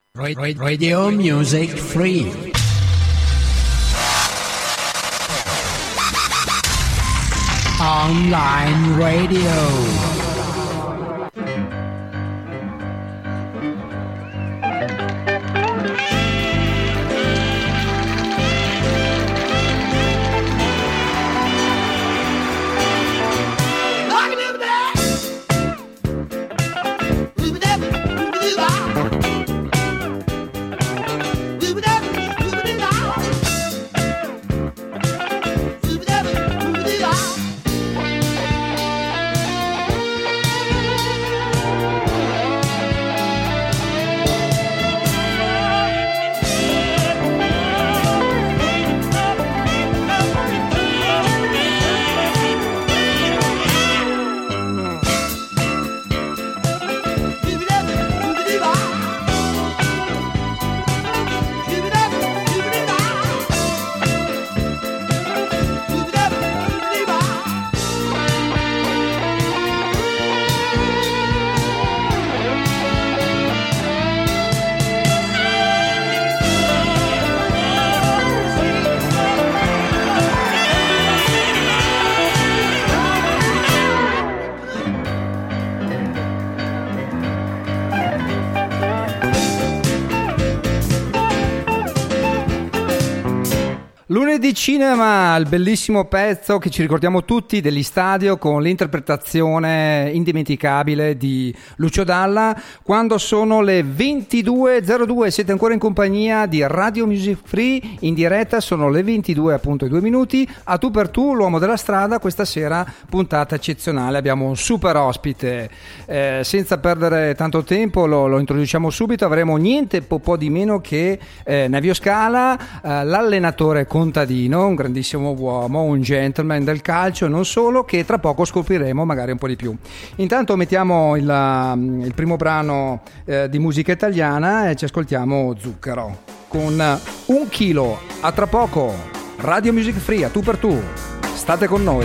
Radio Music Free. Online radio. Lunedì Cinema, il bellissimo pezzo che ci ricordiamo tutti degli Stadio con l'interpretazione indimenticabile di Lucio Dalla. Quando sono le 22.02 siete ancora in compagnia di Radio Music Free, in diretta sono le 22 appunto e 2 minuti. A tu per tu, l'uomo della strada, questa sera puntata eccezionale, abbiamo un super ospite, senza perdere tanto tempo lo introduciamo subito. Avremo niente po' di meno che Nevio Scala, l'allenatore contadino, un grandissimo uomo, un gentleman del calcio e non solo, che tra poco scopriremo magari un po' di più. Intanto mettiamo il primo brano di musica italiana e ci ascoltiamo Zucchero con 1 chilo. A tra poco, Radio Music Free, a tu per tu, state con noi.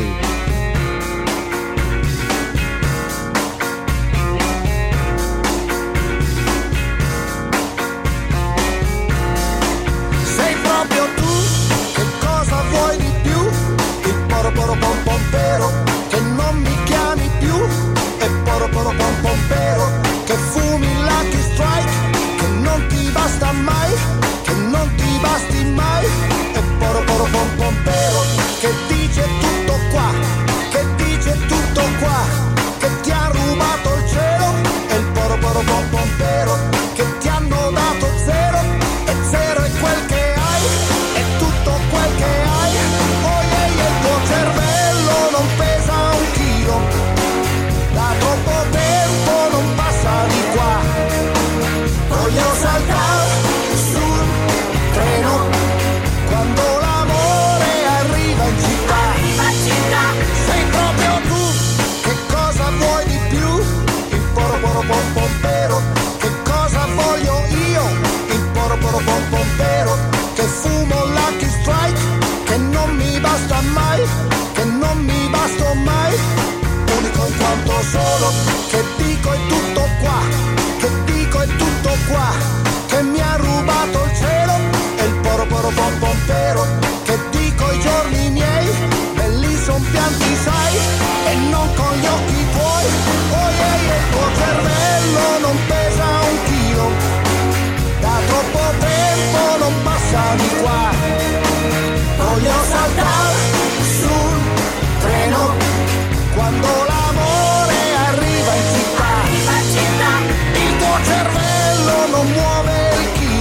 Pompero, che non mi chiami più, e pompero, che fumi Lucky Strike, che non ti basta mai, che non ti basti mai, e pompero, che dice tutto qua, che dice tutto qua, che ti ha rubato il cielo, e il pompero, che ti hanno dato zero, e zero è quel che hai, è tutto quel che hai, oh yeah, il tuo cervello non pesa 1 chilo, da troppo tempo non passa di qua, voglio saltare sul treno, quando l'amore arriva in città, sei proprio tu, che cosa vuoi di più, il pompero, che cosa voglio io, il pompero, che fumo Lucky Strike, che non mi basta mai, che non mi basto mai, unico in quanto solo, che dico è tutto qua, che dico è tutto qua, che mi ha rubato il cielo, e il pompero, che dico i giorni miei, belli son pianti sai, e non con gli occhi tuoi, oh yeah, il tuo cervello non pesa 1 chilo, da troppo tempo non passa di qua, voglio saltare sul treno, quando l'amore arriva in città, il tuo cervello non muove il chilo,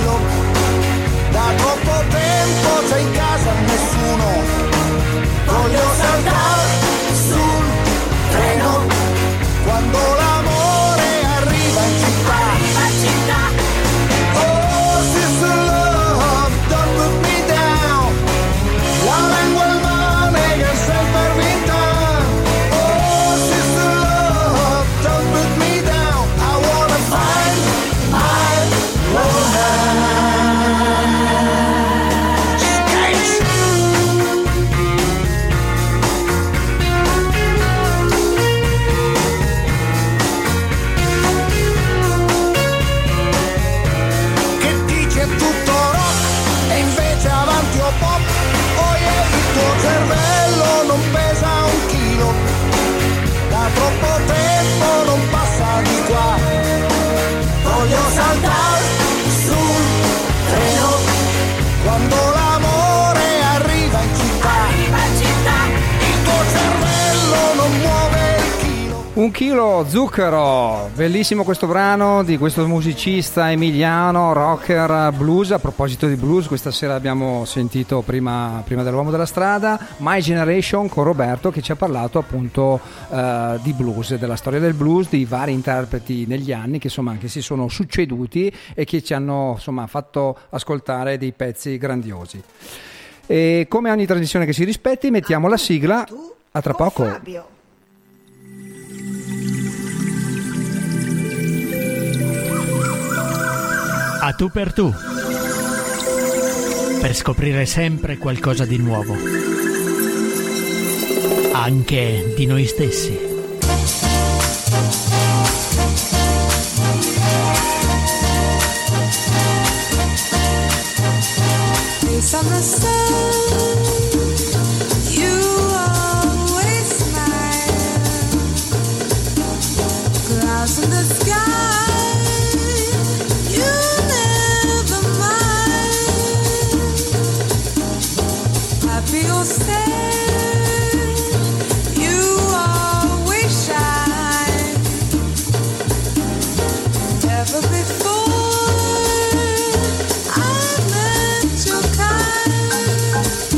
è tutto rock e invece avanti o pop. Oh yeah, il tuo cervello non pesa un chilo, da troppo tempo non passa di qua. Voglio saltare sul treno quando l'amore arriva in città. Il tuo cervello non muove il chilo. Un chilo zucchero, bellissimo questo brano di questo musicista emiliano, rocker, blues. A proposito di blues, questa sera abbiamo sentito prima dell'Uomo della Strada My Generation con Roberto, che ci ha parlato appunto di blues, della storia del blues, di vari interpreti negli anni che insomma che si sono succeduti e che ci hanno insomma fatto ascoltare dei pezzi grandiosi. E come ogni trasmissione che si rispetti, mettiamo la sigla. A tra poco. Fabio. A tu, per scoprire sempre qualcosa di nuovo, anche di noi stessi. Face on the sun, you always smile. Clouds in the sky, you never mind. Happy or sad, you always shine. Never before I met your kind.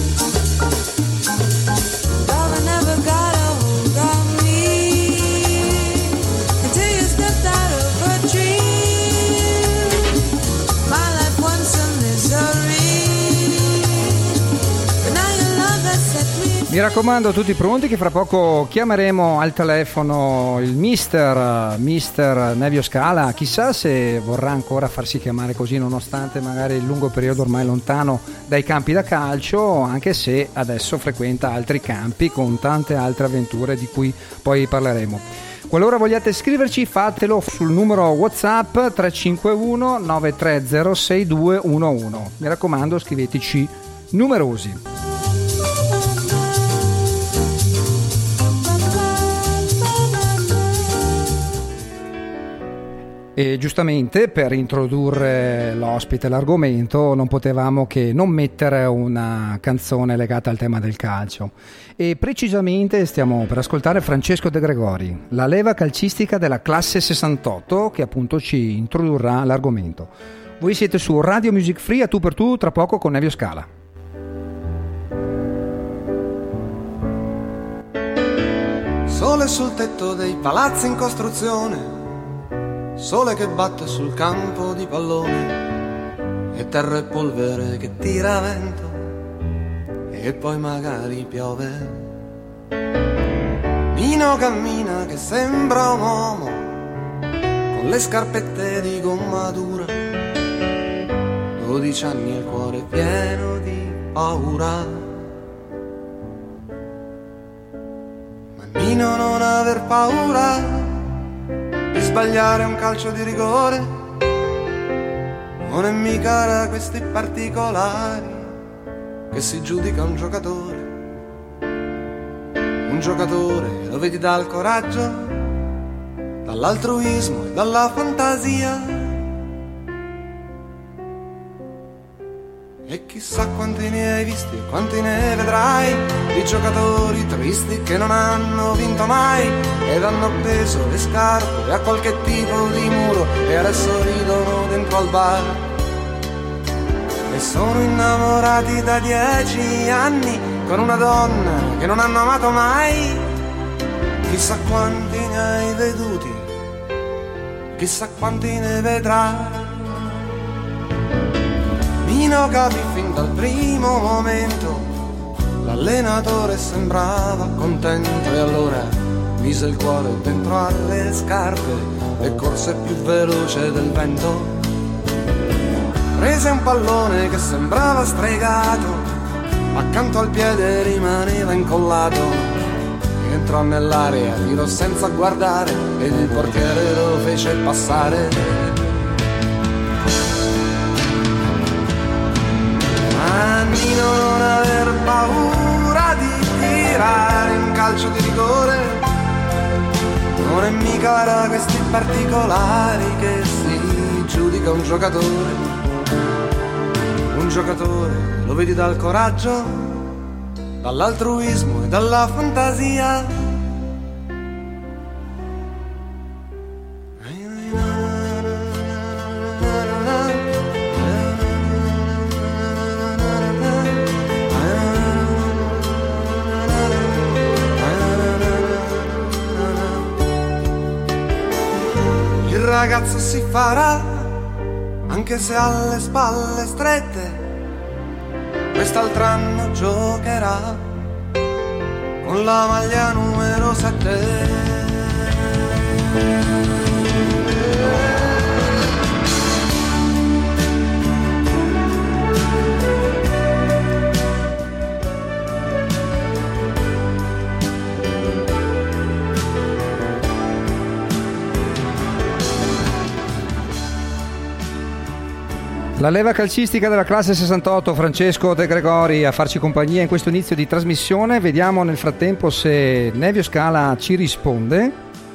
Love never got a hold on me until you stepped out of a dream. My life once a misery, but now your love has set me free. Mi raccomando, tutti pronti che fra poco chiameremo al telefono il mister Nevio Scala. Chissà se vorrà ancora farsi chiamare così, nonostante magari il lungo periodo ormai lontano dai campi da calcio, anche se adesso frequenta altri campi con tante altre avventure di cui poi parleremo. Qualora vogliate scriverci, fatelo sul numero WhatsApp 351 9306211. Mi raccomando, scriveteci numerosi. E giustamente per introdurre l'ospite all'argomento non potevamo che non mettere una canzone legata al tema del calcio, e precisamente stiamo per ascoltare Francesco De Gregori, la leva calcistica della classe 68, che appunto ci introdurrà l'argomento. Voi siete su Radio Music Free, a tu per tu, tra poco con Nevio Scala. Sole sul tetto dei palazzi in costruzione, sole che batte sul campo di pallone, e terra e polvere che tira vento, e poi magari piove. Nino cammina che sembra un uomo, con le scarpette di gomma dura, 12 anni e il cuore pieno di paura. Ma Nino, non aver paura di sbagliare un calcio di rigore, non è mica da questi particolari che si giudica un giocatore. Un giocatore lo vedi dal coraggio, dall'altruismo e dalla fantasia. E chissà quanti ne hai visti e quanti ne vedrai, di giocatori tristi che non hanno vinto mai, ed hanno appeso le scarpe a qualche tipo di muro, e adesso ridono dentro al bar. E sono innamorati da 10 anni con una donna che non hanno amato mai. Chissà quanti ne hai veduti, chissà quanti ne vedrai. Nino capì fin dal primo momento, l'allenatore sembrava contento, e allora mise il cuore dentro alle scarpe e corse più veloce del vento. Prese un pallone che sembrava stregato, accanto al piede rimaneva incollato, entrò nell'area, tirò senza guardare, ed il portiere lo fece passare. gara questi particolari che si giudica un giocatore. Un giocatore lo vedi dal coraggio, dall'altruismo e dalla fantasia. Il ragazzo si farà anche se ha le spalle strette, quest'altro anno giocherà con la maglia numero 7. La leva calcistica della classe 68, Francesco De Gregori a farci compagnia in questo inizio di trasmissione. Vediamo nel frattempo se Nevio Scala ci risponde.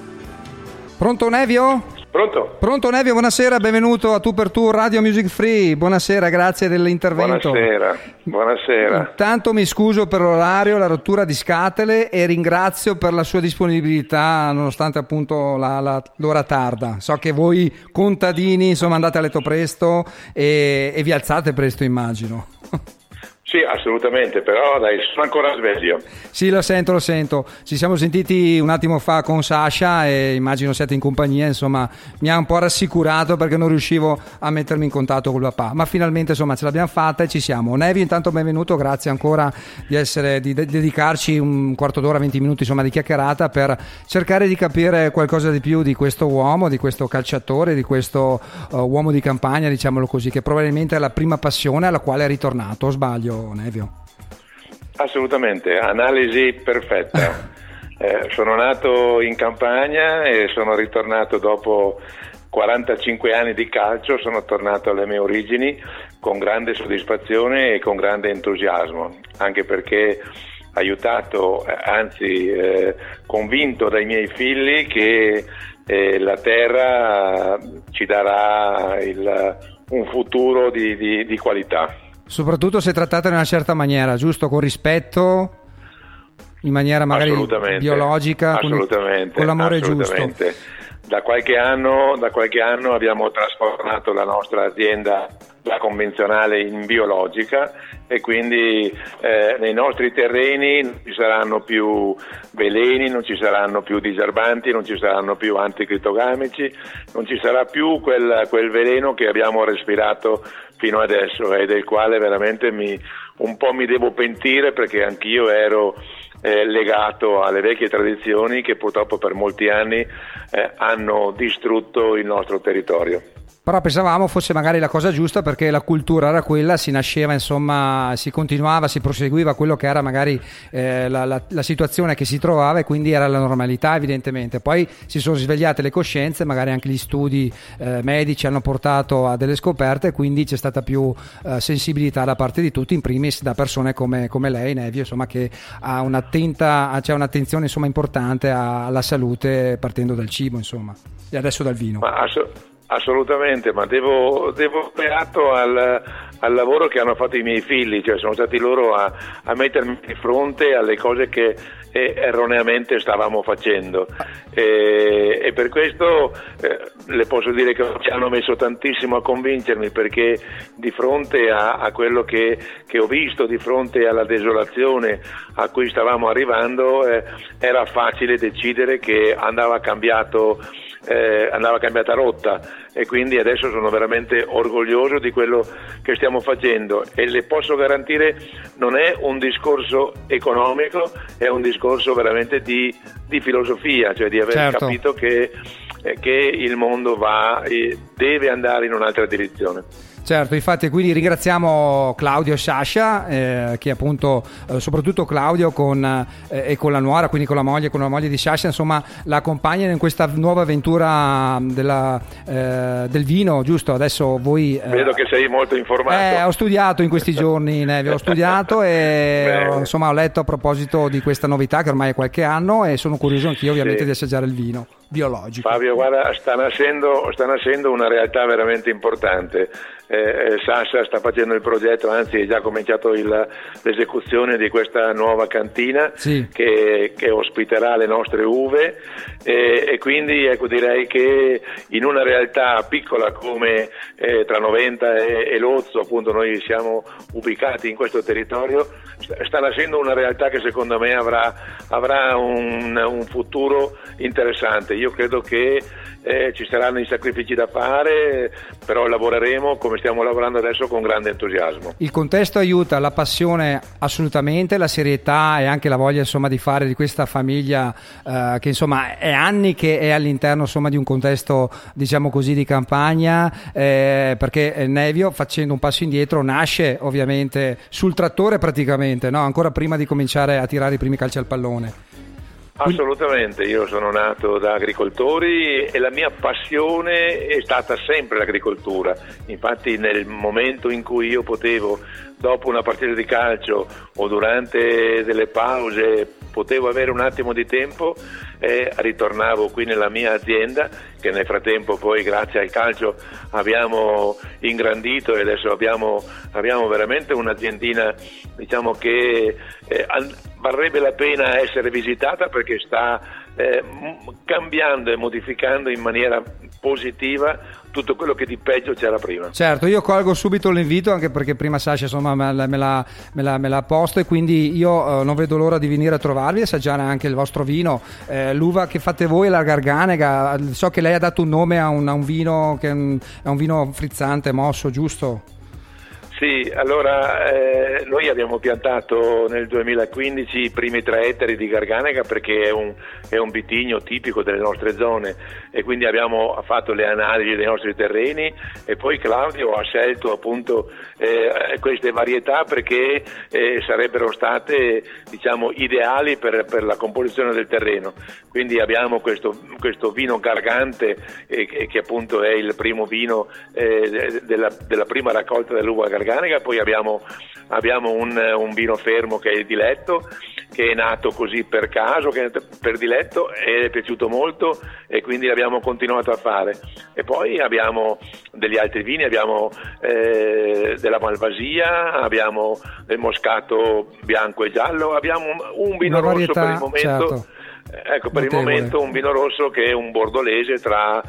Pronto Nevio? Pronto? Pronto Nevio, buonasera, benvenuto a Tu per Tu Radio Music Free. Buonasera, grazie dell'intervento. Buonasera. Intanto mi scuso per l'orario, la rottura di scatole, e ringrazio per la sua disponibilità nonostante appunto l'ora tarda. So che voi contadini insomma andate a letto presto e vi alzate presto, immagino. Sì, assolutamente, però dai, sono ancora sveglio. Sì, lo sento. Ci siamo sentiti un attimo fa con Sasha e immagino siate in compagnia, insomma mi ha un po' rassicurato perché non riuscivo a mettermi in contatto col papà, ma finalmente insomma ce l'abbiamo fatta e ci siamo. Nevio, intanto benvenuto, grazie ancora di dedicarci un quarto d'ora, 20 minuti insomma di chiacchierata per cercare di capire qualcosa di più di questo uomo, di questo calciatore, di questo uomo di campagna, diciamolo così, che probabilmente è la prima passione alla quale è ritornato, o sbaglio Nevio? Assolutamente, analisi perfetta. Sono nato in campagna e sono ritornato dopo 45 anni di calcio, sono tornato alle mie origini con grande soddisfazione e con grande entusiasmo, anche perché aiutato, anzi convinto dai miei figli che la terra ci darà un futuro di qualità. Soprattutto se trattata in una certa maniera, giusto? Con rispetto, in maniera magari biologica, con l'amore giusto. Da qualche anno abbiamo trasformato la nostra azienda da convenzionale in biologica e quindi nei nostri terreni non ci saranno più veleni, non ci saranno più diserbanti, non ci saranno più anticritogamici, non ci sarà più quel veleno che abbiamo respirato fino adesso e del quale veramente un po' mi devo pentire, perché anch'io ero legato alle vecchie tradizioni che purtroppo per molti anni hanno distrutto il nostro territorio. Però pensavamo fosse magari la cosa giusta, perché la cultura era quella, si nasceva insomma, si continuava, si proseguiva quello che era magari la situazione che si trovava, e quindi era la normalità evidentemente. Poi si sono svegliate le coscienze, magari anche gli studi medici hanno portato a delle scoperte, e quindi c'è stata più sensibilità da parte di tutti, in primis da persone come lei Nevio, insomma, che ha c'è un'attenzione insomma importante alla salute, partendo dal cibo insomma, e adesso dal vino. Assolutamente, ma devo beato al lavoro che hanno fatto i miei figli, cioè sono stati loro a mettermi di fronte alle cose che erroneamente stavamo facendo, e per questo le posso dire che ci hanno messo tantissimo a convincermi, perché di fronte a quello che ho visto, di fronte alla desolazione a cui stavamo arrivando, era facile decidere che andava cambiata rotta, e quindi adesso sono veramente orgoglioso di quello che stiamo facendo, e le posso garantire non è un discorso economico, è un discorso veramente di filosofia, cioè di aver capito che il mondo deve andare in un'altra direzione. Certo, infatti, quindi ringraziamo Claudio e Sasha, che appunto soprattutto Claudio con la nuora, quindi con la moglie di Sasha, insomma la accompagnano in questa nuova avventura del vino, giusto? Adesso voi vedo che sei molto informato. Ho studiato in questi giorni, Nevio, ho studiato e insomma ho letto a proposito di questa novità che ormai è qualche anno, e sono curioso anch'io ovviamente di assaggiare il vino. biologico. Fabio, guarda, sta nascendo una realtà veramente importante. Sasha sta facendo il progetto, anzi è già cominciato l'esecuzione di questa nuova cantina, sì, che ospiterà le nostre uve, e quindi ecco, direi che in una realtà piccola come tra Noventa e Lozzo, appunto noi siamo ubicati in questo territorio, sta nascendo una realtà che secondo me avrà un futuro interessante. Io credo che ci saranno i sacrifici da fare, però lavoreremo come stiamo lavorando adesso con grande entusiasmo. Il contesto aiuta, la passione assolutamente, la serietà e anche la voglia insomma di fare di questa famiglia che insomma è anni che è all'interno insomma di un contesto diciamo così di campagna, perché Nevio, facendo un passo indietro, nasce ovviamente sul trattore praticamente, no? Ancora prima di cominciare a tirare i primi calci al pallone. Assolutamente, io sono nato da agricoltori e la mia passione è stata sempre l'agricoltura. Infatti nel momento in cui io potevo, dopo una partita di calcio o durante delle pause, potevo avere un attimo di tempo, ritornavo qui nella mia azienda, che nel frattempo poi grazie al calcio abbiamo ingrandito e adesso abbiamo veramente un'aziendina, diciamo, che varrebbe la pena essere visitata, perché sta cambiando e modificando in maniera positiva tutto quello che di peggio c'era prima. Certo, io colgo subito l'invito, anche perché prima Sasha insomma me l'ha posto, e quindi io non vedo l'ora di venire a trovarvi e assaggiare anche il vostro vino. L'uva che fate voi è la Garganega. So che lei ha dato un nome a un vino che è un vino frizzante, mosso, giusto? Sì, allora noi abbiamo piantato nel 2015 i primi 3 ettari di Garganega, perché è un vitigno tipico delle nostre zone, e quindi abbiamo fatto le analisi dei nostri terreni, e poi Claudio ha scelto appunto queste varietà perché sarebbero state, diciamo, ideali per la composizione del terreno. Quindi abbiamo questo vino gargante che appunto è il primo vino della prima raccolta dell'uva garganega. Poi abbiamo un vino fermo che è il Diletto, che è nato così per caso, che è per diletto, e è piaciuto molto, e quindi l'abbiamo continuato a fare. E poi abbiamo degli altri vini, abbiamo della Malvasia, abbiamo del Moscato bianco e giallo, abbiamo un vino rosso per il momento. Certo. Ecco, per il momento un vino rosso che è un bordolese tra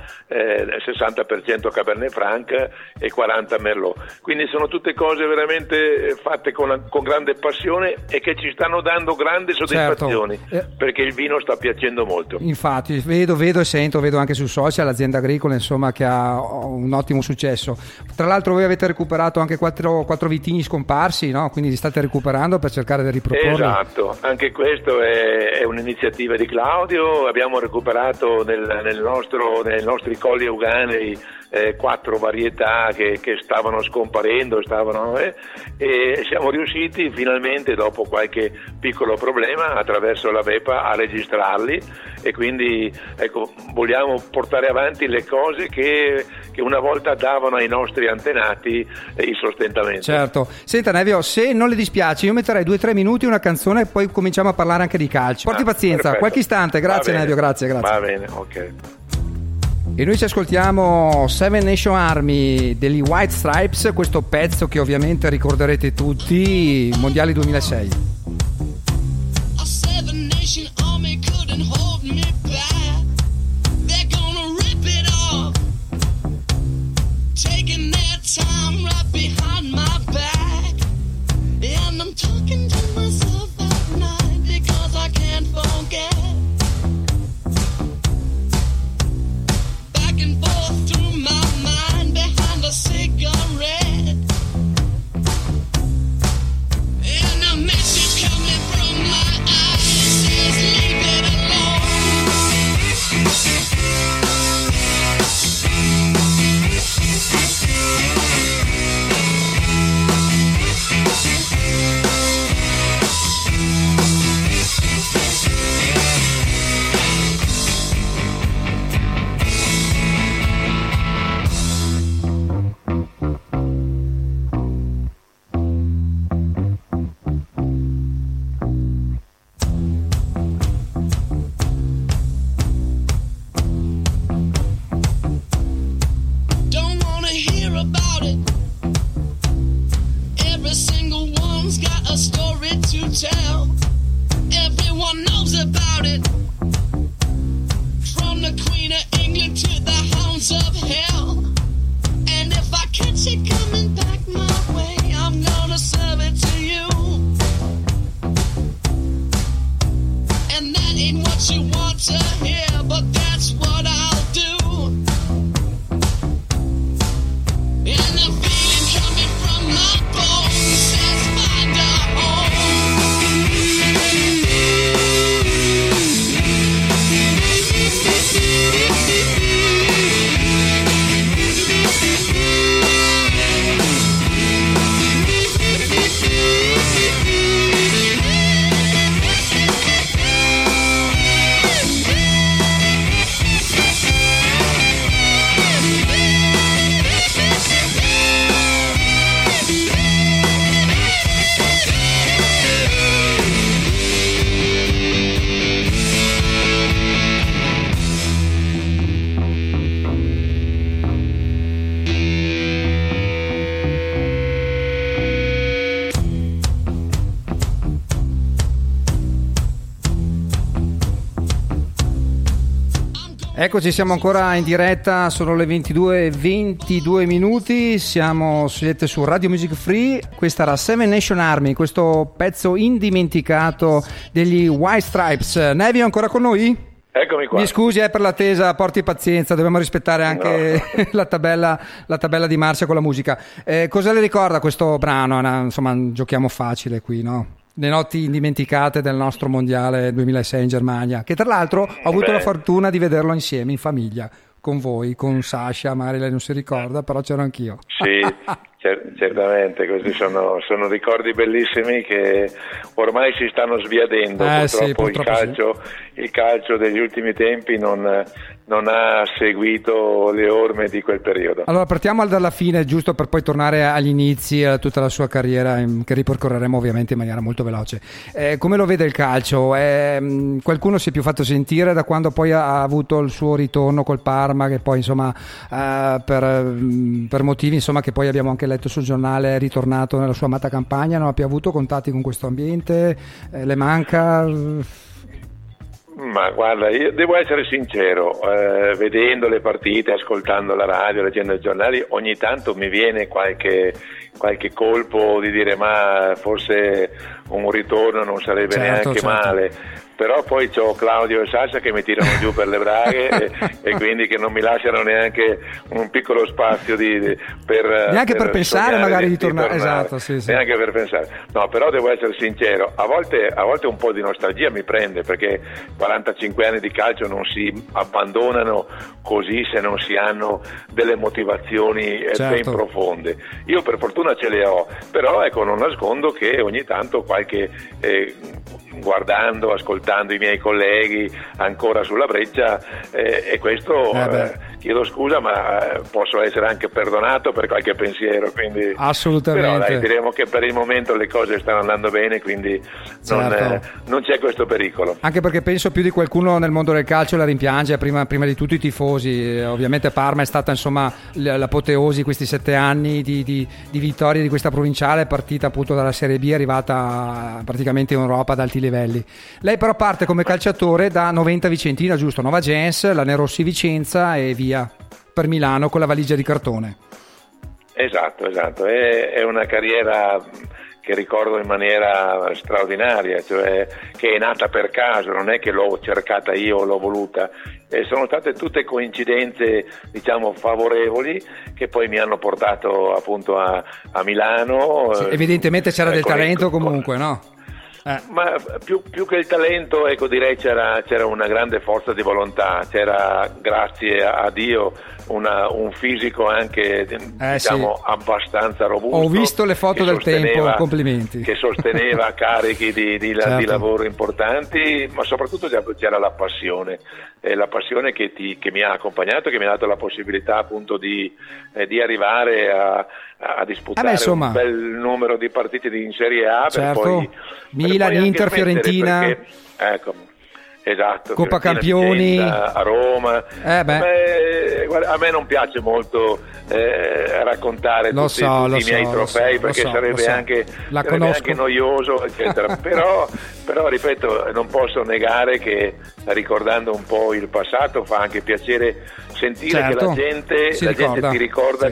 60% Cabernet Franc e 40% Merlot. Quindi sono tutte cose veramente fatte con grande passione e che ci stanno dando grandi soddisfazioni, certo. Perché il vino sta piacendo molto. Infatti vedo e sento, vedo anche sul social l'azienda agricola insomma che ha un ottimo successo. Tra l'altro voi avete recuperato anche 4 vitigni scomparsi, no? Quindi li state recuperando per cercare di riproporli. Esatto, anche questo è un'iniziativa di Claudio. Abbiamo recuperato nei nostri colli euganei 4 varietà che stavano scomparendo, e siamo riusciti finalmente, dopo qualche piccolo problema, attraverso la VEPA a registrarli, e quindi ecco, vogliamo portare avanti le cose che una volta davano ai nostri antenati il sostentamento. Certo. Senta Nevio, se non le dispiace io metterei 2-3 minuti una canzone e poi cominciamo a parlare anche di calcio. Porti pazienza, perfetto. Qualche istante. Grazie Nevio, grazie. Va bene, ok. E noi ci ascoltiamo Seven Nation Army degli White Stripes, questo pezzo che ovviamente ricorderete tutti, Mondiali 2006. A Seven Nation Army couldn't hold me back. They're gonna rip it off, taking their time right behind my back. And I'm talking to myself at night because I can't forget. Back and forth through my mind behind a cigarette. And a message coming from my eyes says Eccoci, siamo ancora in diretta, sono le 22:22 minuti, siete su Radio Music Free, questa era Seven Nation Army, questo pezzo indimenticato degli White Stripes. Nevio ancora con noi? Eccomi qua. Mi scusi per l'attesa, porti pazienza, dobbiamo rispettare anche la tabella di marcia con la musica. Cosa le ricorda questo brano? Insomma, giochiamo facile qui, no? Le notti indimenticate del nostro mondiale 2006 in Germania, che tra l'altro ho avuto la fortuna di vederlo insieme in famiglia con voi, con Sasha, magari lei non si ricorda, però c'ero anch'io. Sì, certamente, questi sono ricordi bellissimi che ormai si stanno sviadendo. Purtroppo il calcio degli ultimi tempi non ha seguito le orme di quel periodo. Allora partiamo dalla fine, giusto per poi tornare agli inizi, a tutta la sua carriera che ripercorreremo ovviamente in maniera molto veloce. Come lo vede il calcio? Qualcuno si è più fatto sentire da quando poi ha avuto il suo ritorno col Parma, che poi insomma per motivi insomma che poi abbiamo anche letto sul giornale è ritornato nella sua amata campagna, non ha più avuto contatti con questo ambiente, le manca? Ma guarda, io devo essere sincero, vedendo le partite, ascoltando la radio, leggendo i giornali, ogni tanto mi viene qualche colpo di dire ma forse un ritorno non sarebbe neanche male. Però poi c'ho Claudio e Sasha che mi tirano giù per le braghe e quindi che non mi lasciano neanche un piccolo spazio per pensare magari di tornare. Esatto, sì. Neanche per pensare. No, però devo essere sincero, a volte un po' di nostalgia mi prende, perché 45 anni di calcio non si abbandonano così se non si hanno delle motivazioni ben profonde. Io per fortuna ce le ho, però ecco, non nascondo che ogni tanto guardando, ascoltando i miei colleghi ancora sulla breccia, e questo chiedo scusa, ma posso essere anche perdonato per qualche pensiero, quindi assolutamente. Però diremo che per il momento le cose stanno andando bene, quindi non c'è questo pericolo. Anche perché penso più di qualcuno nel mondo del calcio la rimpiange, prima di tutto i tifosi. Ovviamente Parma è stata insomma l'apoteosi, questi 7 anni di vittorie di questa provinciale, partita appunto dalla Serie B, arrivata praticamente in Europa ad alti livelli. Lei però parte come calciatore da 90 Vicentina, giusto? Nova Gens, la Nerossi Vicenza e via per Milano con la valigia di cartone. Esatto, è una carriera che ricordo in maniera straordinaria, cioè che è nata per caso, non è che l'ho cercata io o l'ho voluta, sono state tutte coincidenze diciamo favorevoli che poi mi hanno portato appunto a Milano. Sì, evidentemente c'era del talento comunque, no? Ma più che il talento, ecco, direi c'era una grande forza di volontà, c'era, grazie a Dio, un fisico anche abbastanza robusto. Ho visto le foto del tempo, complimenti. Che sosteneva carichi di lavoro importanti, ma soprattutto c'era la passione che mi ha accompagnato, che mi ha dato la possibilità appunto di arrivare a disputare un bel numero di partite in Serie A, per poi Milan, Inter, Fiorentina, perché, ecco, esatto, Coppa Campioni a Roma. Guarda, a me non piace molto raccontare tutti i miei trofei, perché sarebbe anche noioso, eccetera. però ripeto, non posso negare che ricordando un po' il passato fa anche piacere sentire che la gente ti ricorda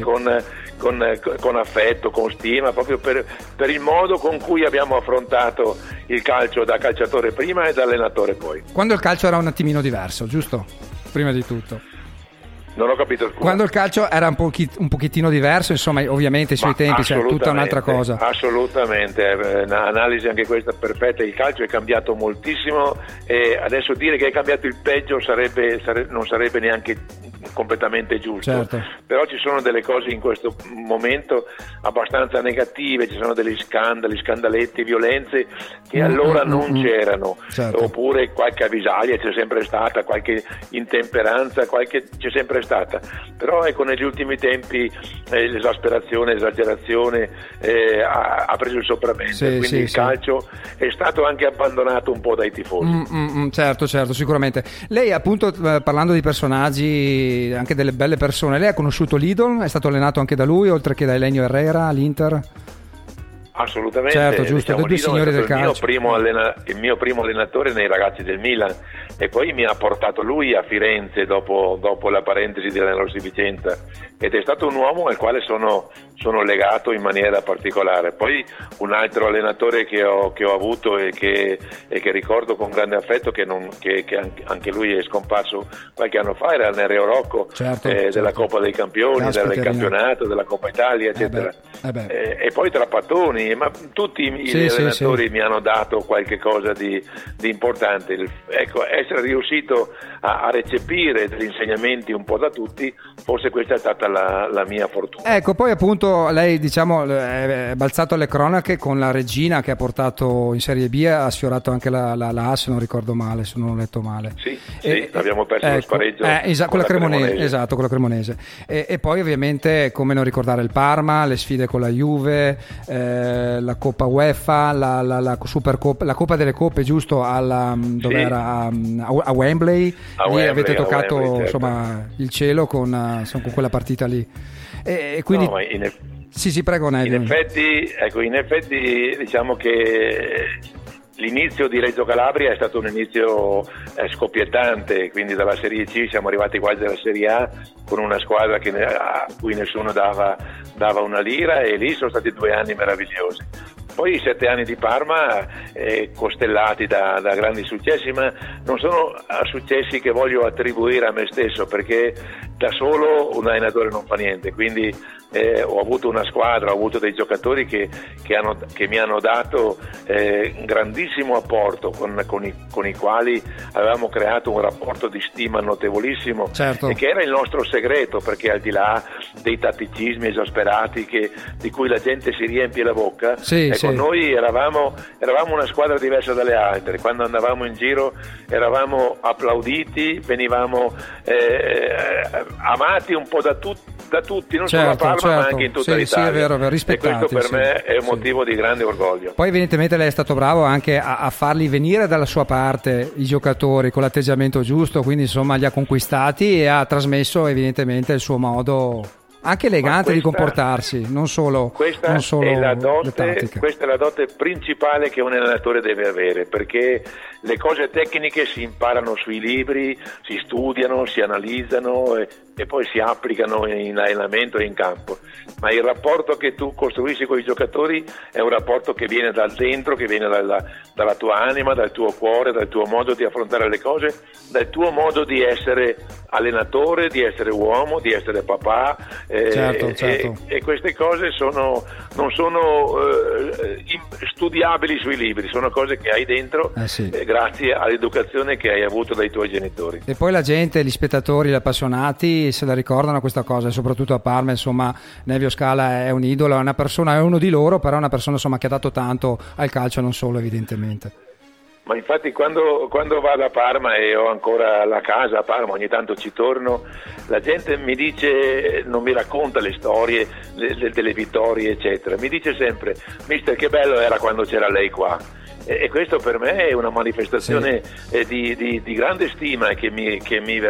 con affetto, con stima, proprio per il modo con cui abbiamo affrontato il calcio da calciatore prima e da allenatore poi. Quando il calcio era un attimino diverso, giusto? Prima di tutto. Non ho capito. Scusa. Quando il calcio era un pochettino diverso, insomma, ovviamente ai suoi tempi c'è tutta un'altra cosa. Assolutamente, un'analisi anche questa perfetta. Il calcio è cambiato moltissimo e adesso dire che è cambiato il peggio non sarebbe neanche completamente giusto. Certo. Però ci sono delle cose in questo momento abbastanza negative, ci sono degli scandali, scandaletti, violenze che allora non c'erano. Certo. Oppure qualche avvisaglia c'è sempre stata, qualche intemperanza c'è sempre stata, però ecco, negli ultimi tempi l'esasperazione, l'esagerazione ha preso il sopravvento, quindi il calcio è stato anche abbandonato un po' dai tifosi. Certo, sicuramente. Lei appunto, parlando di personaggi, anche delle belle persone, lei ha conosciuto l'Idol, è stato allenato anche da lui, oltre che da Elenio Herrera all'Inter? Assolutamente, Certo, giusto, dei due Dino signori è stato del calcio. il mio primo allenatore nei ragazzi del Milan, e poi mi ha portato lui a Firenze dopo la parentesi della Rossi Vicenza, ed è stato un uomo al quale sono legato in maniera particolare. Poi un altro allenatore che ho avuto e che ricordo con grande affetto, che anche lui è scomparso qualche anno fa, era Nereo Rocco, Certo, della certo. Coppa dei Campioni, del Caspiterina. campionato, della Coppa Italia, eccetera. E poi Trapattoni, ma tutti gli allenatori mi hanno dato qualche cosa di importante. Ecco, essere riuscito a recepire degli insegnamenti un po' da tutti, forse questa è stata la mia fortuna. Ecco, poi appunto lei, diciamo, è balzato alle cronache con la Regina, che ha portato in Serie B, ha sfiorato anche la A, se non ricordo male, se non ho letto male. Sì, abbiamo perso lo spareggio con la Cremonese. Esatto, con la Cremonese. E poi ovviamente, come non ricordare il Parma, le sfide con la Juve, la Coppa UEFA, la Supercoppa, la Coppa delle Coppe, giusto, dov'era? A Wembley. Lì avete toccato Wembley, certo. Insomma il cielo con quella partita lì. E quindi No, sì, prego, Nevio. in effetti diciamo che l'inizio di Reggio Calabria è stato un inizio scoppiettante, quindi dalla Serie C siamo arrivati quasi alla Serie A con una squadra a cui nessuno dava una lira, e lì sono stati 2 anni meravigliosi. Poi i 7 anni di Parma, costellati da grandi successi, ma non sono successi che voglio attribuire a me stesso, perché da solo un allenatore non fa niente, quindi ho avuto una squadra, ho avuto dei giocatori che mi hanno dato un grandissimo apporto, con i quali avevamo creato un rapporto di stima notevolissimo, certo. E che era il nostro segreto, perché al di là dei tatticismi esasperati di cui la gente si riempie la bocca, noi eravamo una squadra diversa dalle altre. Quando andavamo in giro eravamo applauditi, venivamo amati un po' da tutti, non solo a Parma, ma anche in tutta l'Italia. Sì, è vero, rispettati. E questo per me è un motivo di grande orgoglio. Poi evidentemente lei è stato bravo anche a farli venire dalla sua parte, i giocatori, con l'atteggiamento giusto, quindi insomma li ha conquistati e ha trasmesso evidentemente il suo modo anche elegante di comportarsi, non solo le tattiche. Questa è la dote principale che un allenatore deve avere, perché le cose tecniche si imparano sui libri, si studiano, si analizzano e poi si applicano in allenamento e in campo, ma il rapporto che tu costruisci con i giocatori è un rapporto che viene dal dentro, che viene dalla tua anima, dal tuo cuore, dal tuo modo di affrontare le cose, dal tuo modo di essere allenatore, di essere uomo, di essere papà. Certo. E queste cose non sono studiabili sui libri, sono cose che hai dentro, grazie all'educazione che hai avuto dai tuoi genitori. E poi la gente, gli spettatori, gli appassionati se la ricordano questa cosa, e soprattutto a Parma, insomma, Nevio Scala è un idolo, è uno di loro, però è una persona, insomma, che ha dato tanto al calcio, non solo, evidentemente. Ma infatti quando vado a Parma e ho ancora la casa a Parma, ogni tanto ci torno, la gente mi dice, non mi racconta le storie delle vittorie eccetera, mi dice sempre: mister, che bello era quando c'era lei qua. E questo per me è una manifestazione di grande stima e che mi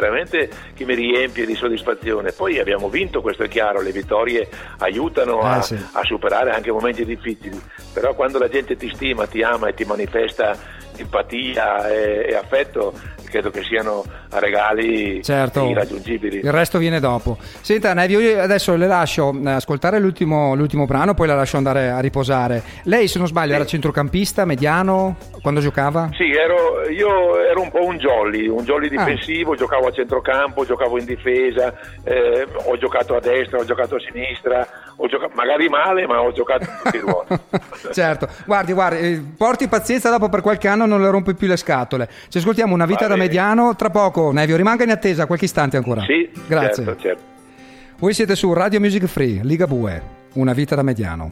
riempie di soddisfazione. Poi abbiamo vinto, questo è chiaro, le vittorie aiutano a superare anche momenti difficili, però quando la gente ti stima, ti ama e ti manifesta empatia e affetto, credo che siano regali irraggiungibili. Il resto viene dopo. Senta Nevio, io adesso le lascio ascoltare l'ultimo brano, poi la lascio andare a riposare. Lei, se non sbaglio, era centrocampista, mediano quando giocava? Sì, io ero un po' un jolly difensivo, giocavo a centrocampo, giocavo in difesa, ho giocato a destra, ho giocato a sinistra, magari male, ma ho giocato in tutti i ruoli. Certo, guardi, porti pazienza, dopo per qualche anno non le rompi più le scatole. Ci ascoltiamo Una vita da mediano tra poco. Nevio, rimanga in attesa qualche istante ancora. Sì, grazie. Certo. Voi siete su Radio Music Free, Liga Bue, Una vita da mediano.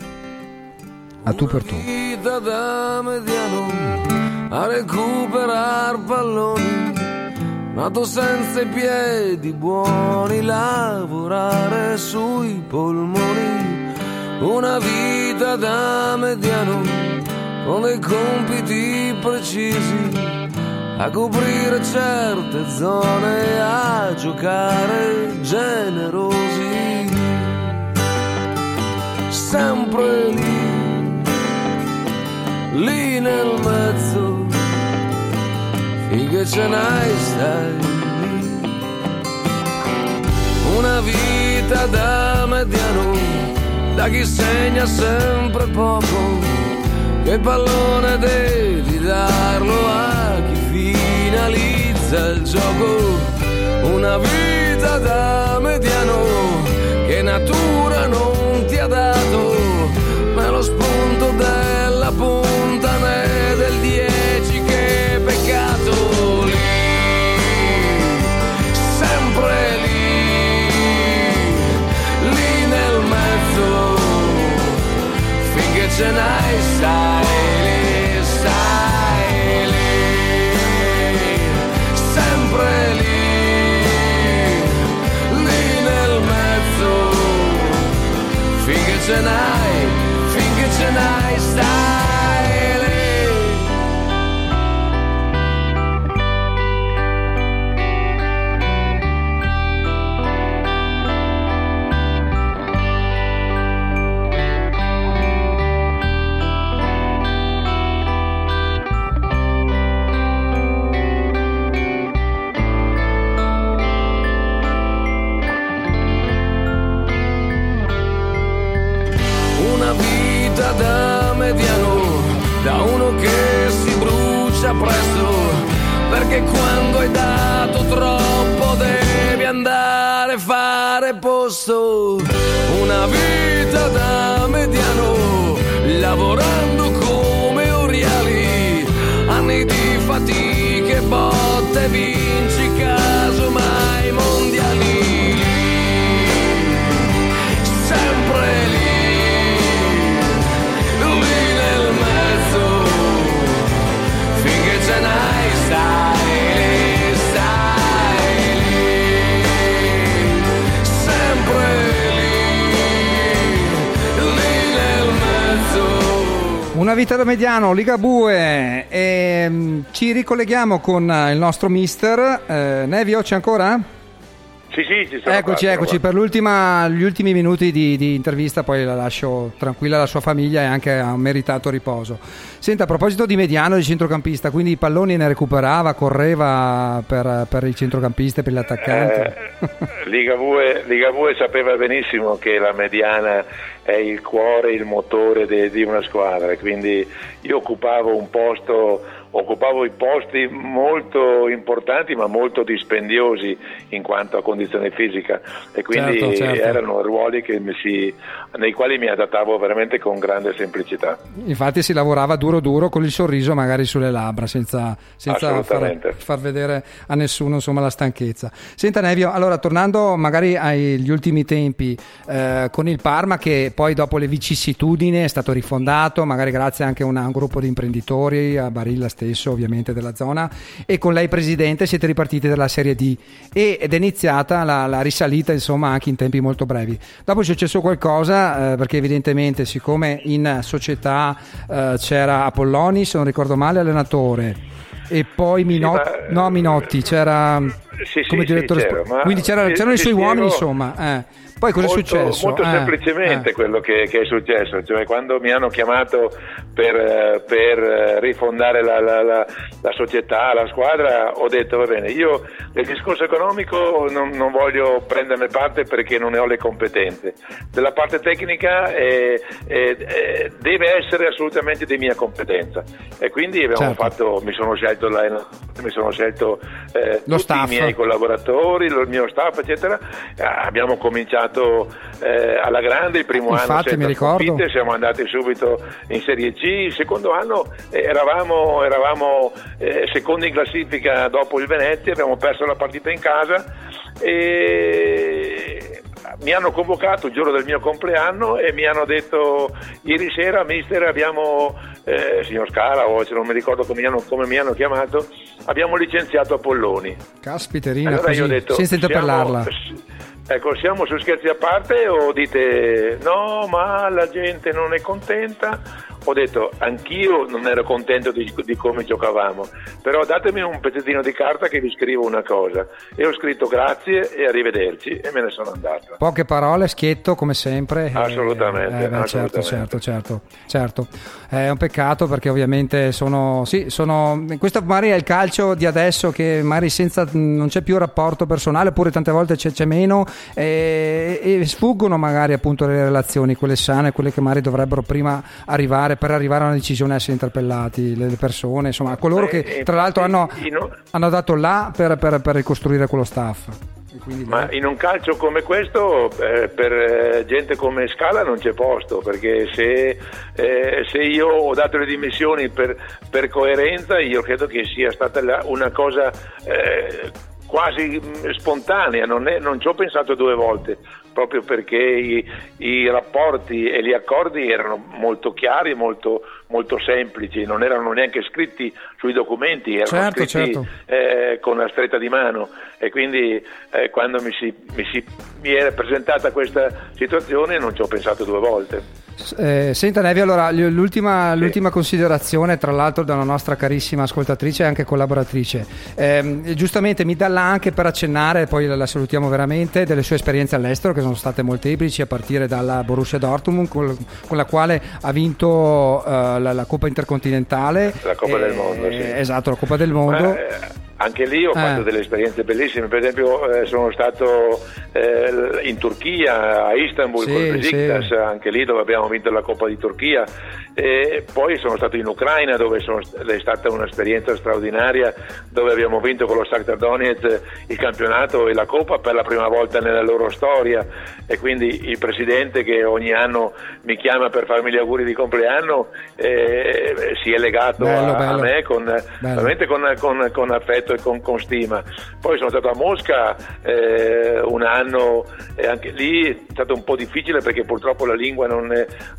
A tu per tu. Una vita da mediano a recuperar palloni, nato senza i piedi buoni, lavorare sui polmoni. Una vita da mediano con dei compiti precisi, a coprire certe zone, a giocare generosi, sempre lì lì nel mezzo, finché ce n'hai stai lì. Una vita da mediano, da chi segna sempre poco, che pallone devi darlo a chi finalizza il gioco. Una vita da mediano che natura non ti ha dato, ma lo spunto della punta né del 10 che peccato. Lì, sempre lì nel mezzo, finché ce n'hai stai lì, sempre lì. Finché ce n'hai stai lì. Da mediano, da uno che si brucia presto, perché quando hai dato troppo devi andare a fare posto. Una vita da mediano, lavorando come oriali, anni di fatiche, botte, vinci casomai mondiali. Sempre lì, ce n'hai stai lì, sempre lì nel mezzo. Una vita da mediano, Ligabue, e ci ricolleghiamo con il nostro mister. Nevio, c'è ancora? Sì, ci sono. Eccoci per gli ultimi minuti di intervista, poi la lascio tranquilla alla sua famiglia e anche a un meritato riposo. Senta, a proposito di mediano, di centrocampista, quindi i palloni ne recuperava, correva per il centrocampista e per gli attaccanti? Ligabue sapeva benissimo che la mediana è il cuore, il motore di una squadra, quindi io occupavo i posti molto importanti ma molto dispendiosi in quanto a condizione fisica, e quindi certo. Erano ruoli nei quali mi adattavo veramente con grande semplicità. Infatti si lavorava duro con il sorriso magari sulle labbra, senza far vedere a nessuno insomma la stanchezza. Senta Nevio, allora tornando magari agli ultimi tempi, con il Parma che poi dopo le vicissitudini è stato rifondato, magari grazie anche a un gruppo di imprenditori, a Barilla stesso ovviamente della zona, e con lei presidente siete ripartiti dalla Serie D ed è iniziata la risalita insomma anche in tempi molto brevi. Dopo è successo qualcosa, perché evidentemente siccome in società c'era Apolloni, se non ricordo male, allenatore, e poi Minotti c'era come direttore, quindi c'erano i suoi uomini insomma. Poi cosa è successo? Molto semplicemente quello che è successo, cioè quando mi hanno chiamato per rifondare la società, la squadra, ho detto va bene, io del discorso economico non voglio prenderne parte perché non ne ho le competenze, della parte tecnica deve essere assolutamente di mia competenza, e quindi mi sono scelto lo tutti staff, i miei collaboratori, il mio staff eccetera. Abbiamo cominciato alla grande il primo anno senza sconfitte, siamo andati subito in Serie C. Il secondo anno eravamo secondi in classifica dopo il Venezia, abbiamo perso la partita in casa e mi hanno convocato il giorno del mio compleanno e mi hanno detto ieri sera mister abbiamo signor Scala, o non mi ricordo come mi hanno chiamato, abbiamo licenziato Apolloni. Caspiterina, allora così, io ho detto, senza interpellarla. Ecco, siamo su scherzi a parte o dite no ma la gente non è contenta, ho detto anch'io non ero contento di come giocavamo, però datemi un pezzettino di carta che vi scrivo una cosa, e ho scritto grazie e arrivederci e me ne sono andato. Poche parole, schietto come sempre. Assolutamente, assolutamente. Certo. È un peccato perché ovviamente sono questo magari è il calcio di adesso, che magari non c'è più rapporto personale, oppure tante volte c'è meno, e sfuggono magari appunto le relazioni, quelle sane, quelle che magari dovrebbero prima arrivare per arrivare a una decisione, essere interpellati le persone, insomma coloro che tra l'altro hanno dato là per ricostruire quello staff. Ma in un calcio come questo per gente come Scala non c'è posto, perché se io ho dato le dimissioni per coerenza, io credo che sia stata una cosa quasi spontanea, non ci ho pensato due volte, proprio perché i rapporti e gli accordi erano molto chiari, molto semplici, non erano neanche scritti sui documenti, erano scritti con la stretta di mano, e quindi quando mi era presentata questa situazione non ci ho pensato due volte. Senta Nevio, allora l'ultima considerazione, tra l'altro da una nostra carissima ascoltatrice e anche collaboratrice, giustamente mi dà là anche per accennare, poi la salutiamo veramente, delle sue esperienze all'estero che sono state molteplici, a partire dalla Borussia Dortmund con la quale ha vinto la Coppa Intercontinentale, la Coppa del Mondo, sì. Esatto, la Coppa del Mondo. Anche lì ho fatto delle esperienze bellissime, per esempio sono stato in Turchia, a Istanbul, con il Besiktas, anche lì dove abbiamo vinto la Coppa di Turchia, e poi sono stato in Ucraina, dove è stata un'esperienza straordinaria, dove abbiamo vinto con lo Shakhtar Donetsk il campionato e la Coppa per la prima volta nella loro storia, e quindi il presidente, che ogni anno mi chiama per farmi gli auguri di compleanno, si è legato a me veramente con affetto e con stima. Poi sono stato a Mosca un anno, e anche lì è stato un po' difficile perché purtroppo la lingua non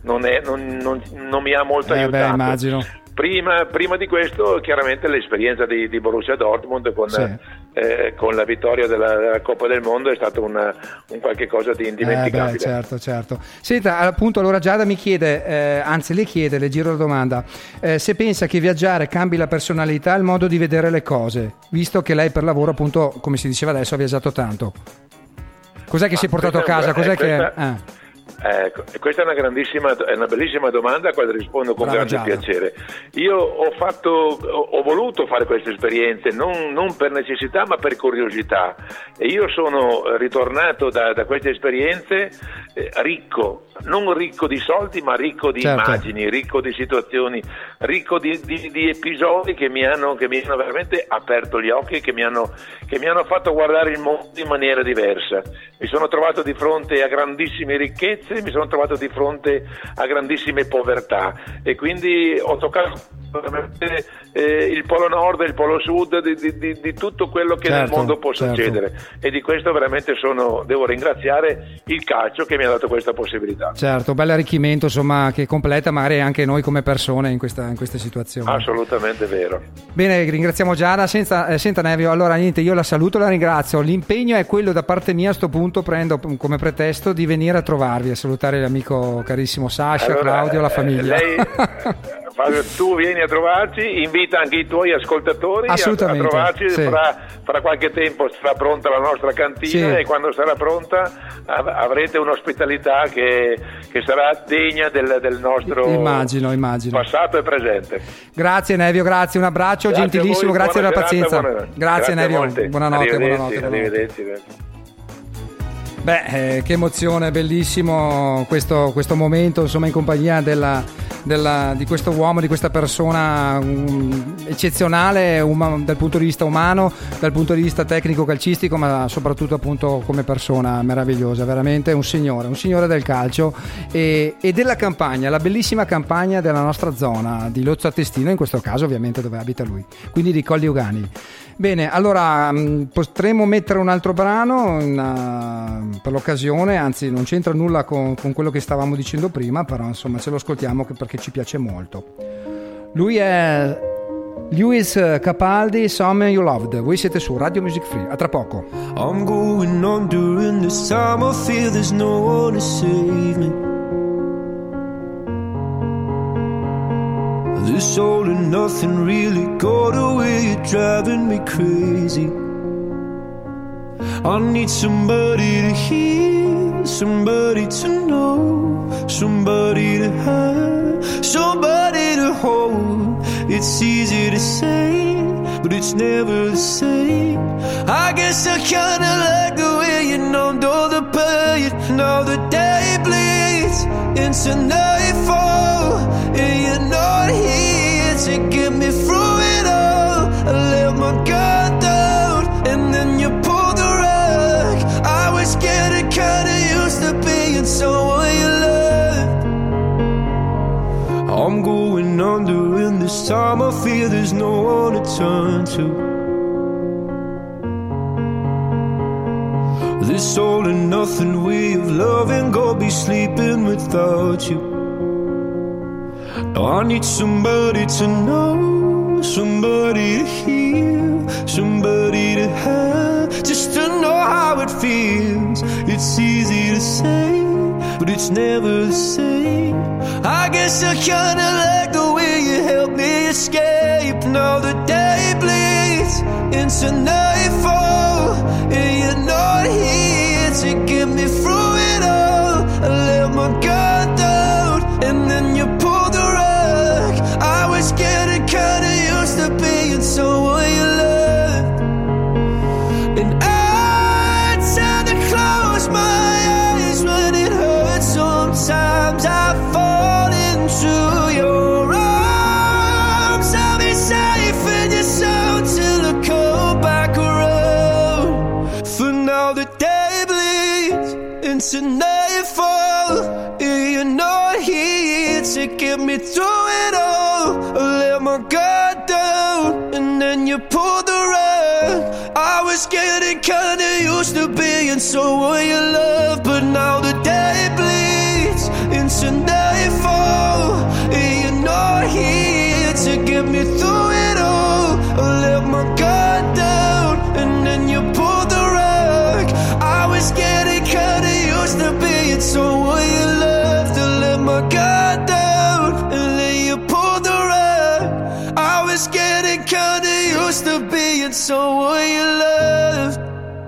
mi ha molto aiutato. Immagino. Prima di questo chiaramente l'esperienza di Borussia Dortmund con la vittoria della Coppa del Mondo è stato un qualche cosa di indimenticabile. Certo. Senta, appunto, allora Giada mi chiede, anzi le chiede, le giro la domanda, se pensa che viaggiare cambi la personalità, il modo di vedere le cose, visto che lei per lavoro, appunto, come si diceva adesso, ha viaggiato tanto. Cos'è che si è portato a casa? Questa è una bellissima domanda, a quale rispondo con grande piacere. Io ho voluto fare queste esperienze non per necessità ma per curiosità, e io sono ritornato da queste esperienze ricco, non ricco di soldi ma ricco di immagini, ricco di situazioni, ricco di episodi che mi hanno veramente aperto gli occhi, che mi hanno fatto guardare il mondo in maniera diversa. Mi sono trovato di fronte a grandissime ricchezze, mi sono trovato di fronte a grandissime povertà, e quindi ho toccato veramente il polo nord e il polo sud di tutto quello che nel mondo può succedere, e di questo veramente devo ringraziare il calcio che mi ha dato questa possibilità. Certo, bel arricchimento, insomma, che completa magari anche noi come persone in queste situazioni. Assolutamente vero. Bene, ringraziamo Giada. Senta Nevio, allora niente, io la saluto, la ringrazio. L'impegno è quello da parte mia, a sto punto prendo come pretesto di venire a trovarvi, a salutare l'amico carissimo Sasha, Claudio, la famiglia. Tu vieni a trovarci, invita anche i tuoi ascoltatori a trovarci, fra qualche tempo sarà pronta la nostra cantina, e quando sarà pronta avrete un'ospitalità che sarà degna del nostro immagino. passato e presente. Grazie Nevio, grazie, un abbraccio, gentilissimo, grazie della pazienza. Grazie Nevio, buonanotte. Arrivederci. Beh, che emozione, bellissimo questo momento, insomma, in compagnia di questo uomo, di questa persona eccezionale dal punto di vista umano, dal punto di vista tecnico calcistico, ma soprattutto appunto come persona meravigliosa, veramente un signore del calcio e della campagna, la bellissima campagna della nostra zona di Lozzo a Testino, in questo caso ovviamente dove abita lui, quindi di Colli Ugani. Bene, allora potremmo mettere un altro brano per l'occasione, anzi non c'entra nulla con quello che stavamo dicendo prima, però insomma ce lo ascoltiamo perché ci piace molto. Lui è Lewis Capaldi, Some You Loved. Voi siete su Radio Music Free, a tra poco. I'm going on during this time, I feel there's no one to save me. This all and nothing really got away, you're driving me crazy. I need somebody to hear, somebody to know, somebody to have, somebody to hold. It's easy to say, but it's never the same. I guess I kinda like the way you numbed all the pain. Now the day bleeds into nightfall, and you're not here to get me through it all. I let my guard down, and then you pulled the rug. I was getting kinda used to being someone you loved. I'm going under, and this time I feel there's no one to turn to. This all and nothing way of loving, go be sleeping without you. Now I need somebody to know, somebody to hear, somebody to have, just to know how it feels. It's easy to say, but it's never the same. I guess I kinda like the way you help me escape. Now the day bleeds into nightfall, and you're not here to get me through it all. I let my guard down, and then you pulled the rug. I was getting kinda used to being someone you loved, and I tend to close my eyes when it hurts. Sometimes I fall into your arms. I'll be safe in your soul till I come back around. For now the day bleeds into nightfall, and you're not here to get me through it all. I let my guard down, and then you pulled the rug. I was getting kinda used to being someone you love, but now the day bleeds into nightfall, and you're not here to get me through it all. I let my guard down, and then you pulled the rug. I was getting kinda used to being someone you loved. I let my guard down, and then you pulled the rug. I was getting kinda used to being someone you loved.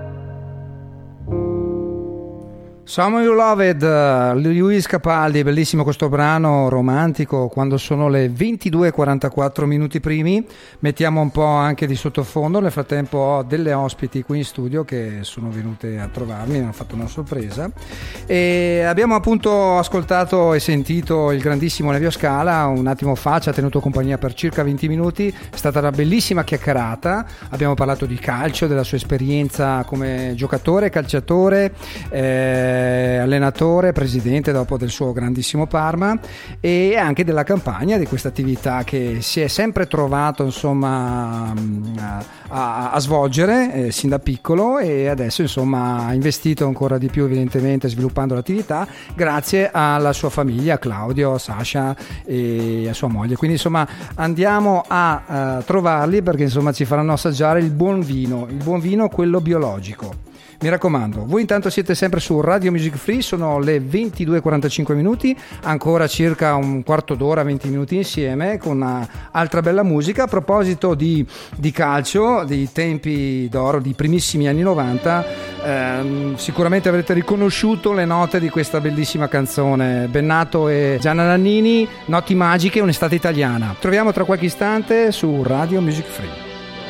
Someone You Loved, Luis Capaldi, bellissimo questo brano romantico. Quando sono le 22:44 minuti primi, mettiamo un po' anche di sottofondo. Nel frattempo ho delle ospiti qui in studio che sono venute a trovarmi, mi hanno fatto una sorpresa, e abbiamo appunto ascoltato e sentito il grandissimo Nevio Scala. Un attimo fa ci ha tenuto compagnia per circa 20 minuti, è stata una bellissima chiacchierata. Abbiamo parlato di calcio, della sua esperienza come giocatore, calciatore, allenatore, presidente dopo del suo grandissimo Parma, e anche della campagna di questa attività che si è sempre trovato insomma a svolgere sin da piccolo, e adesso insomma ha investito ancora di più evidentemente sviluppando l'attività grazie alla sua famiglia, a Claudio, a Sasha e a sua moglie. Quindi insomma andiamo a trovarli, perché insomma ci faranno assaggiare il buon vino, quello biologico. Mi raccomando, voi intanto siete sempre su Radio Music Free, sono le 22:45 minuti, ancora circa un quarto d'ora, 20 minuti insieme con altra bella musica. A proposito di calcio, dei tempi d'oro, di primissimi anni 90, sicuramente avrete riconosciuto le note di questa bellissima canzone, Bennato e Gianna Nannini, Notti magiche, un'estate italiana. Troviamo tra qualche istante su Radio Music Free.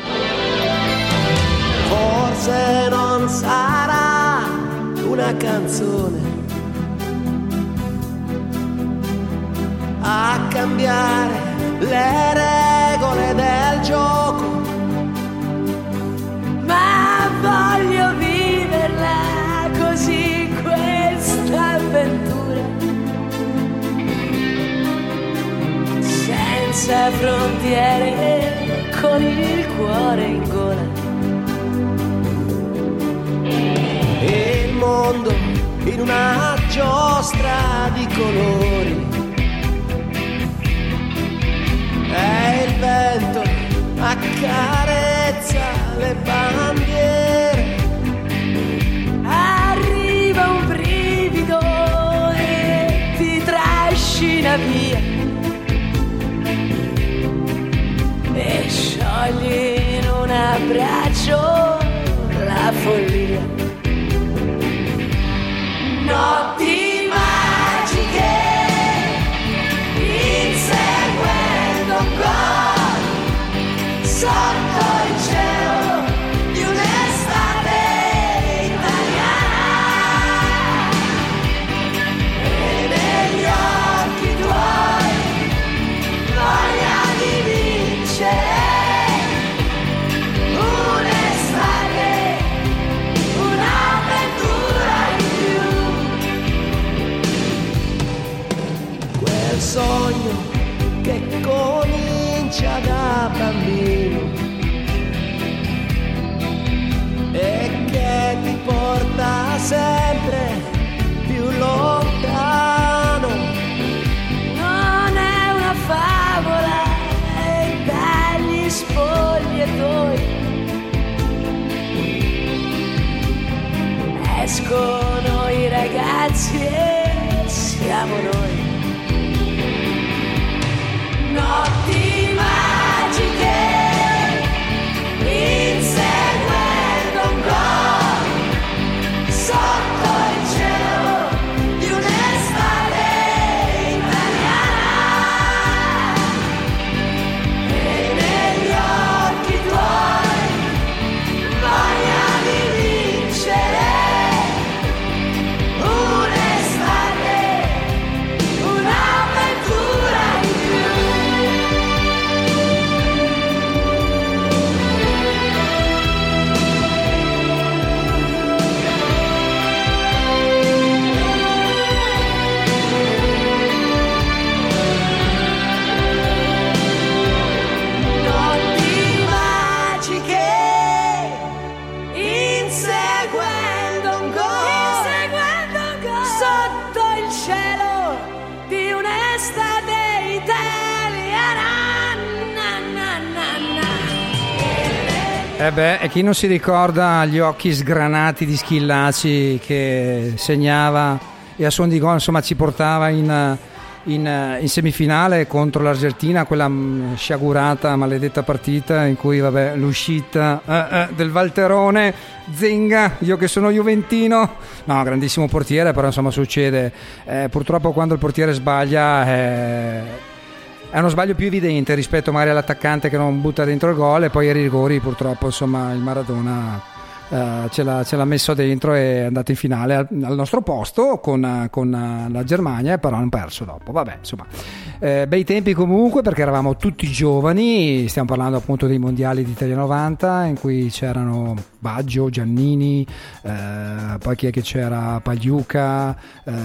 Forse non sarà una canzone a cambiare le regole del gioco, ma voglio viverla così questa avventura, senza frontiere, con il cuore in gola. E il mondo in una giostra di colori, e il vento accarezza le bandiere. Arriva un brivido e ti trascina via, Sciogli in un abbraccio la follia. Notti magiche, inseguendo un gol sotto il cielo di un'estate italiana, e negli occhi tuoi voglia di vincere. Un'estate, un'avventura in più. Quel sogno che comincia da bambino e che ti porta sempre più lontano. Non è una favola e dagli spogliatoi escono i ragazzi e siamo noi. Notti magiche, inseguendo un gol sotto il cielo di un'estate italiana, e negli occhi tuoi voglia di vincere. Un'estate, un'avventura in notti magiche, inseguendo un gol sotto il cielo di un'estate italiana. E chi non si ricorda gli occhi sgranati di Schillaci che segnava e a suon di gol insomma ci portava in semifinale contro l'Argentina, quella sciagurata maledetta partita in cui vabbè l'uscita del Valterone, Zenga, io che sono juventino, no, grandissimo portiere, però insomma succede, purtroppo quando il portiere sbaglia è uno sbaglio più evidente rispetto magari all'attaccante che non butta dentro il gol, e poi ai rigori purtroppo insomma il Maradona ce l'ha messo dentro e è andato in finale al nostro posto con la Germania, però hanno perso dopo. Vabbè, insomma, bei tempi comunque, perché eravamo tutti giovani. Stiamo parlando appunto dei mondiali d'Italia 90, in cui c'erano Baggio, Giannini, poi chi è che c'era? Pagliuca,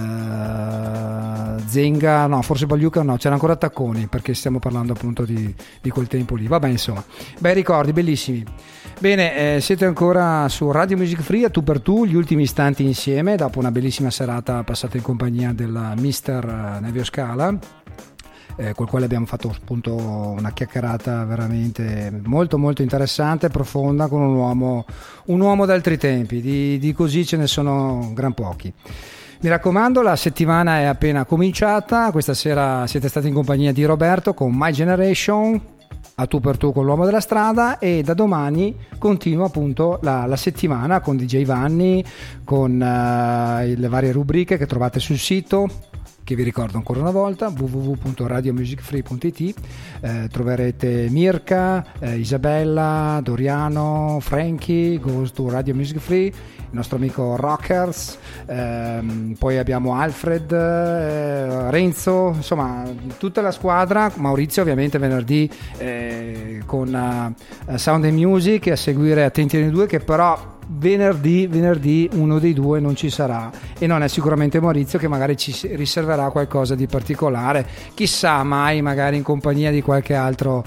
Zenga, no, forse Pagliuca no, c'era ancora Tacconi, perché stiamo parlando appunto di quel tempo lì. Vabbè, insomma, bei ricordi, bellissimi. Bene, siete ancora su Radio Music Free, a tu per tu, gli ultimi istanti insieme dopo una bellissima serata passata in compagnia del Mister Nevio Scala, col quale abbiamo fatto appunto una chiacchierata veramente molto molto interessante, profonda, con un uomo d'altri tempi. Di così ce ne sono gran pochi. Mi raccomando, la settimana è appena cominciata. Questa sera siete stati in compagnia di Roberto con My Generation, a tu per tu con l'uomo della strada, e da domani continua appunto la settimana con DJ Vanni, con le varie rubriche che trovate sul sito, che vi ricordo ancora una volta, www.radiomusicfree.it. Troverete Mirka, Isabella, Doriano, Frankie, Goes to Radio Music Free, il nostro amico Rockers, poi abbiamo Alfred, Renzo, insomma tutta la squadra, Maurizio ovviamente venerdì con Sound and Music, e a seguire Attenti ai due, che però venerdì uno dei due non ci sarà, e non è sicuramente Maurizio, che magari ci riserverà qualcosa di particolare, chissà mai, magari in compagnia di qualche altro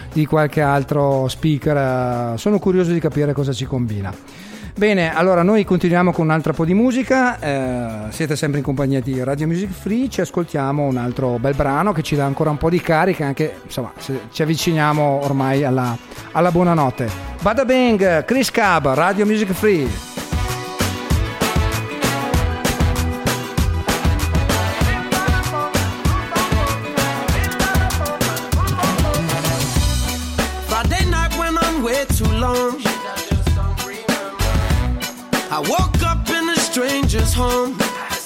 speaker. Sono curioso di capire cosa ci combina. Bene, allora noi continuiamo con un altro po' di musica, siete sempre in compagnia di Radio Music Free, ci ascoltiamo un altro bel brano che ci dà ancora un po' di carica, anche insomma ci avviciniamo ormai alla buonanotte. Bada bang, Chris Cab, Radio Music Free. Friday night when I woke up in a stranger's home.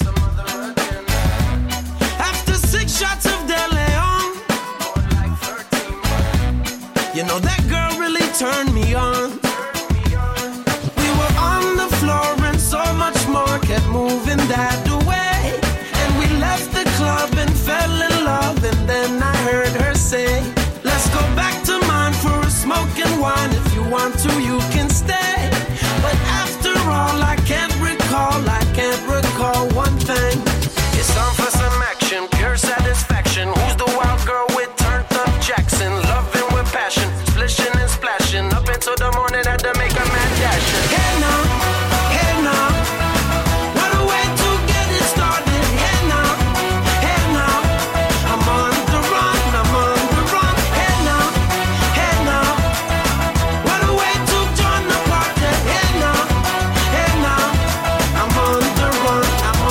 After 6 shots of De Leon, you know that girl really turned me on. We were on the floor and so much more kept moving that way. And we left the club and fell in love. And then I heard her say, let's go back to mine for a smoke and wine. If you want to, you can stay. But after all, I can't recall one thing. It's time for some action, pure satisfaction. Who's the wild girl with turned up Jackson? Loving with passion, splishing and splashing. Up until the morning, had to make a mad dash. Hey now, what a way to get it started. Hey now, I'm on the run. Hey now, what a way to join the party. Hey now, I'm on the run.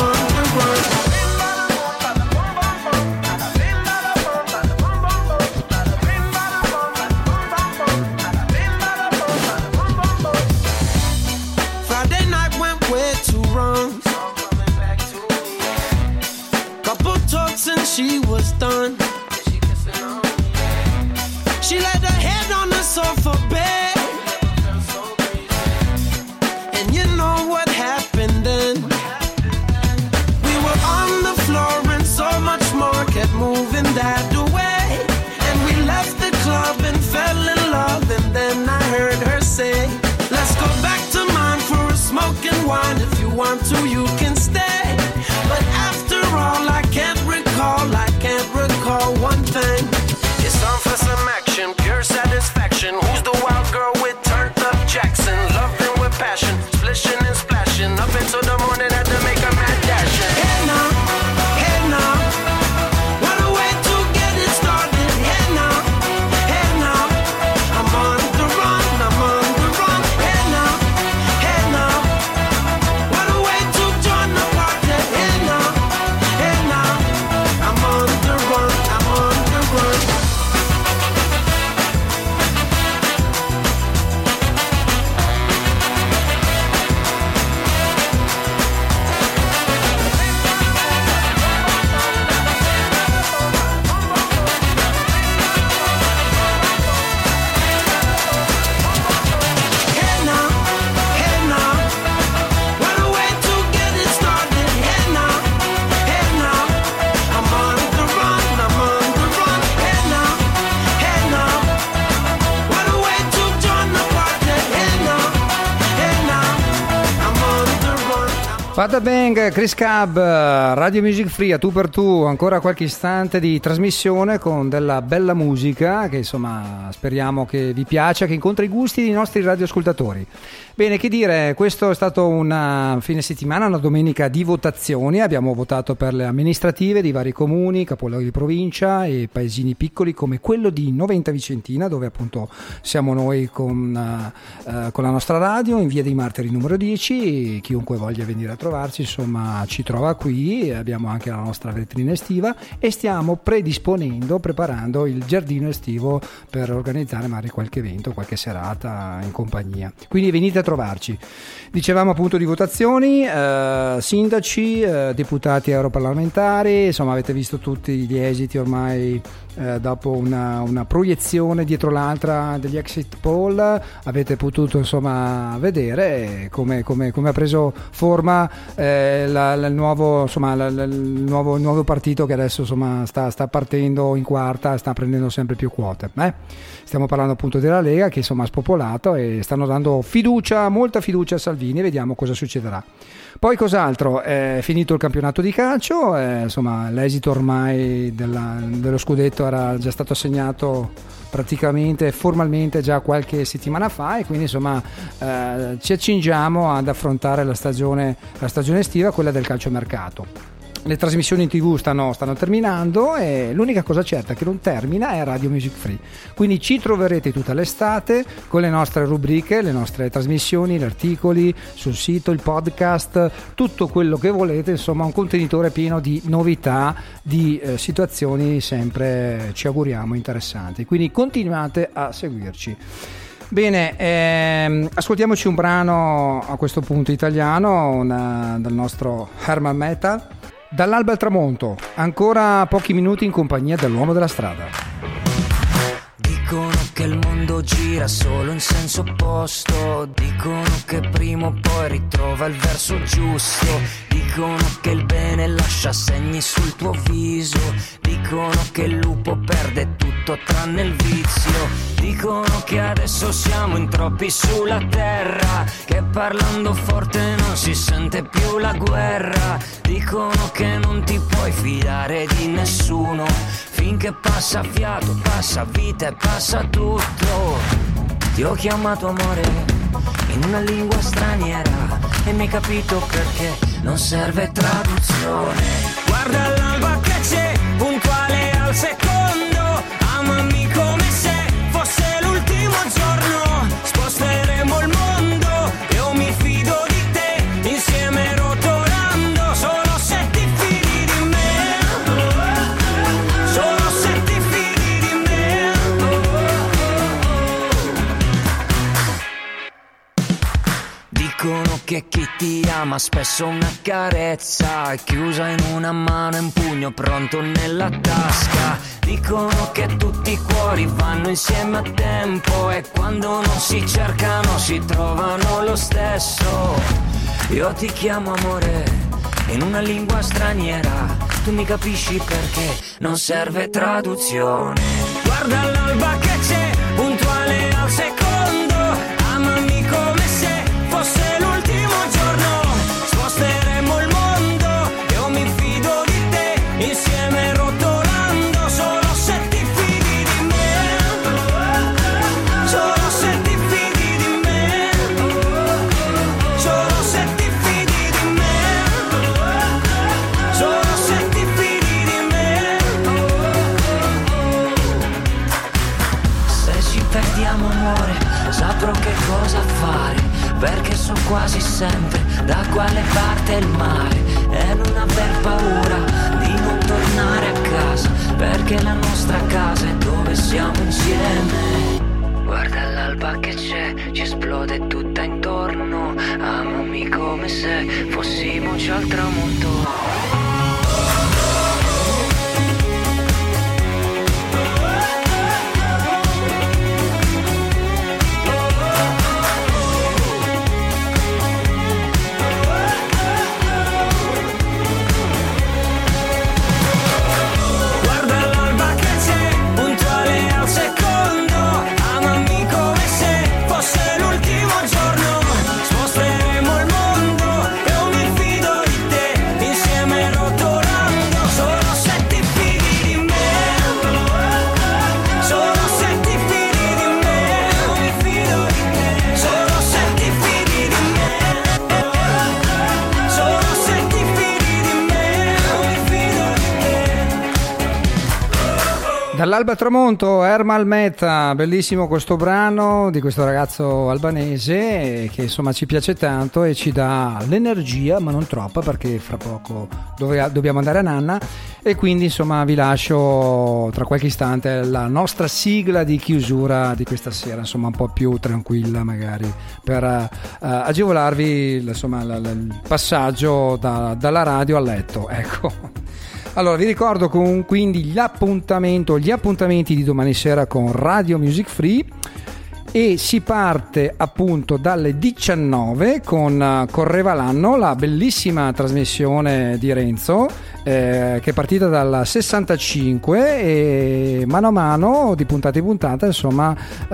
Friday night went way too wrong. Couple talks and she was done. She laid her head on the sofa bed. And you know what happened then? We were on the floor and so much more kept moving that way. And we left the club and fell in love. And then I heard her say, let's go back to mine for a smoke and wine. If you want to, you can stay. But after all, I can't recall one thing. It's time for some action, pure satisfaction. Who's the wild girl with turned up Jackson? Loving with passion, splishing and splashing. Up until the morning, had to make a mad dash. Hey now, what a way to get it started. Hey now, I'm on the run. Hey now, what a way to join the party. Hey now, I'm on the run. Hey now, what a way to get it started. Hey now, I'm on the run. Hey now, what a way to join the party. Hey now, I'm on the run. Fada Bang, Chris Cab, Radio Music Free, a tu per tu, ancora qualche istante di trasmissione con della bella musica che insomma speriamo che vi piaccia, che incontri i gusti dei nostri radioascoltatori. Bene, che dire, questo è stato un fine settimana, una domenica di votazioni, abbiamo votato per le amministrative di vari comuni, capoluoghi di provincia e paesini piccoli come quello di Noventa Vicentina, dove appunto siamo noi con la nostra radio in via dei Martiri numero 10. Chiunque voglia venire a trovarci insomma ci trova qui, abbiamo anche la nostra vetrina estiva e stiamo preparando il giardino estivo per organizzare magari qualche evento, qualche serata in compagnia, quindi venite a trovarci. Dicevamo appunto di votazioni, sindaci, deputati europarlamentari, insomma avete visto tutti gli esiti ormai dopo una proiezione dietro l'altra degli exit poll, avete potuto insomma vedere come ha preso forma il nuovo partito che adesso insomma sta partendo in quarta, sta prendendo sempre più quote. Stiamo parlando appunto della Lega che insomma ha spopolato e stanno dando molta fiducia a Salvini, vediamo cosa succederà. Poi cos'altro? È finito il campionato di calcio, insomma l'esito ormai dello scudetto era già stato assegnato praticamente formalmente già qualche settimana fa e quindi insomma ci accingiamo ad affrontare la stagione estiva, quella del calciomercato. Le trasmissioni in TV stanno terminando e l'unica cosa certa che non termina è Radio Music Free, quindi ci troverete tutta l'estate con le nostre rubriche, le nostre trasmissioni, gli articoli sul sito, il podcast, tutto quello che volete, insomma un contenitore pieno di novità, di situazioni sempre ci auguriamo interessanti, quindi continuate a seguirci. Bene, ascoltiamoci un brano a questo punto italiano del nostro Herman Metal. Dall'alba al tramonto, ancora pochi minuti in compagnia dell'uomo della strada. Dicono che il mondo gira solo in senso opposto, dicono che prima o poi ritrova il verso giusto, dicono che il bene lascia segni sul tuo viso, dicono che il lupo perde tutto tranne il vizio, dicono che adesso siamo in troppi sulla terra, che parlando forte non si sente più la guerra, dicono che non ti puoi fidare di nessuno, finché passa fiato, passa vita e passa tutto. Ti ho chiamato amore in una lingua straniera e mi hai capito perché non serve traduzione. Guarda l'alba che c'è, puntuale al secondo, amami come se fosse l'ultimo giorno, sposteremo il mondo, io mi fido di te, insieme rotolando, solo se ti fidi di me, solo se ti fidi di me. Dicono che chi ti ama spesso una carezza è chiusa in una mano e un pugno pronto nella tasca, dicono che tutti i cuori vanno insieme a tempo e quando non si cercano si trovano lo stesso. Io ti chiamo amore in una lingua straniera, tu mi capisci perché non serve traduzione. Guarda l'alba che c'è, puntuale al secondo, amami come se fosse l'ultimo giorno, sposteremo il mondo, io mi fido di te, insieme rotolando, solo se ti fidi di me, solo se ti fidi di me, solo se ti fidi di me, solo se ti fidi di me. Se ci perdiamo amore, saprò che cosa fare, perché so quasi sempre da quale parte è il mare e non aver paura di non tornare a casa, perché la nostra casa è dove siamo insieme. Guarda l'alba che c'è, ci esplode tutta intorno, amami come se fossimo già al tramonto. Dall'alba al tramonto, Herman Meta, bellissimo questo brano di questo ragazzo albanese che insomma ci piace tanto e ci dà l'energia, ma non troppa perché fra poco dobbiamo andare a nanna e quindi insomma vi lascio tra qualche istante la nostra sigla di chiusura di questa sera, insomma un po' più tranquilla magari per agevolarvi insomma il passaggio dalla radio al letto, ecco. Allora vi ricordo quindi gli appuntamenti di domani sera con Radio Music Free e si parte appunto dalle 19 con Correva l'anno, la bellissima trasmissione di Renzo che è partita dal 65 e mano a mano di puntata in puntata insomma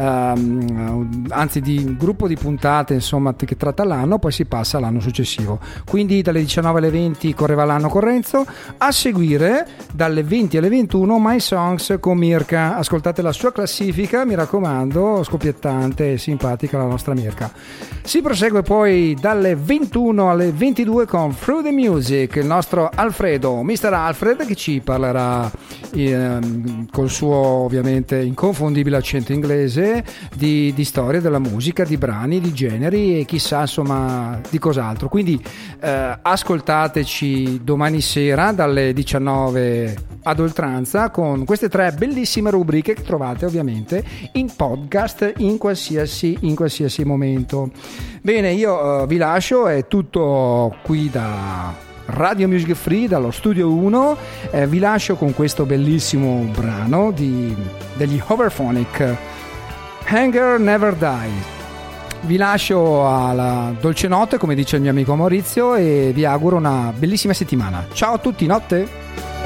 anzi di gruppo di puntate insomma che tratta l'anno, poi si passa all'anno successivo, quindi dalle 19 alle 20 Correva l'anno con Renzo, a seguire dalle 20 alle 21 My Songs con Mirka, ascoltate la sua classifica, mi raccomando, scoppiettante e simpatica la nostra Mirka. Si prosegue poi dalle 21 alle 22 con Through the Music, il nostro Alfredo mio Mr. Alfred, che ci parlerà col suo ovviamente inconfondibile accento inglese di storia della musica, di brani, di generi e chissà insomma di cos'altro. Quindi ascoltateci domani sera dalle 19 ad oltranza con queste 3 bellissime rubriche che trovate ovviamente in podcast in qualsiasi momento. Bene, io vi lascio, è tutto qui da Radio Music Free, dallo Studio 1. Vi lascio con questo bellissimo brano degli Overphonic, Hunger Never Dies. Vi lascio alla dolce notte, come dice il mio amico Maurizio, e vi auguro una bellissima settimana. Ciao a tutti, notte.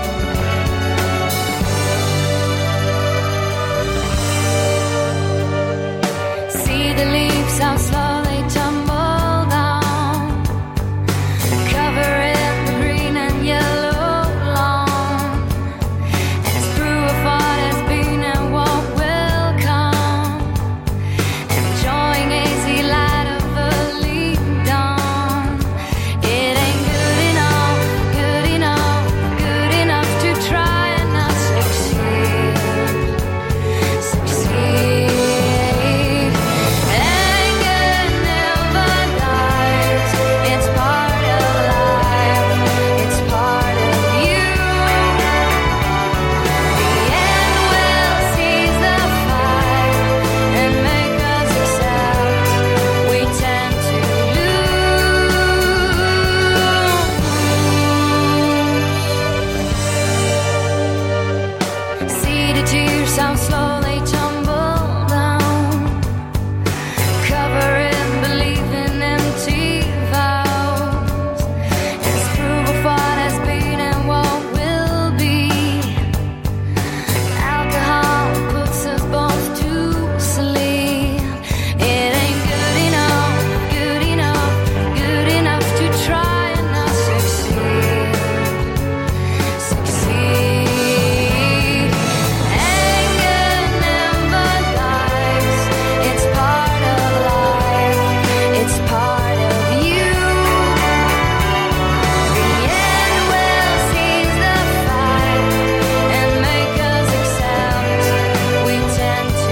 See the leaves how slowly tumble down, covering the green and yellow lawn. It's through of what has been and what will come, enjoying hazy light of early dawn. It ain't good enough, good enough, good enough to try and not succeed. Anger never dies. It's part of life. It's part of you. The end will seize the fight and make us accept we tend to lose. See the tears how slowly tumble down, covering belief in empty vows. It's proof of what has been and what will be. Alcohol puts us both to sleep. It ain't good enough, good enough, good enough to try and not succeed. Anger never dies. It's part of life. It's part of you. The end will seize the fight and make us accept we tend to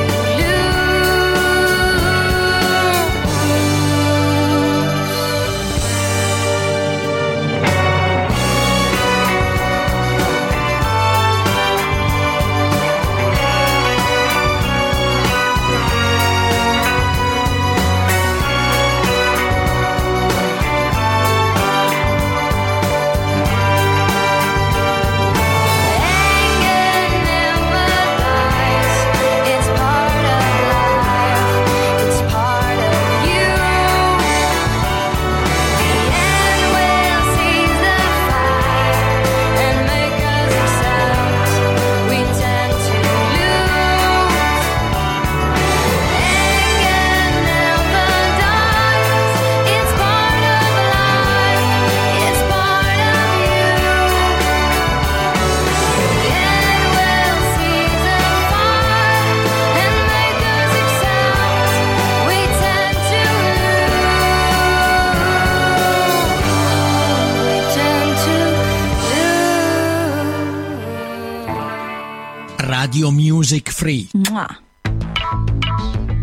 Radio Music Free. Mua.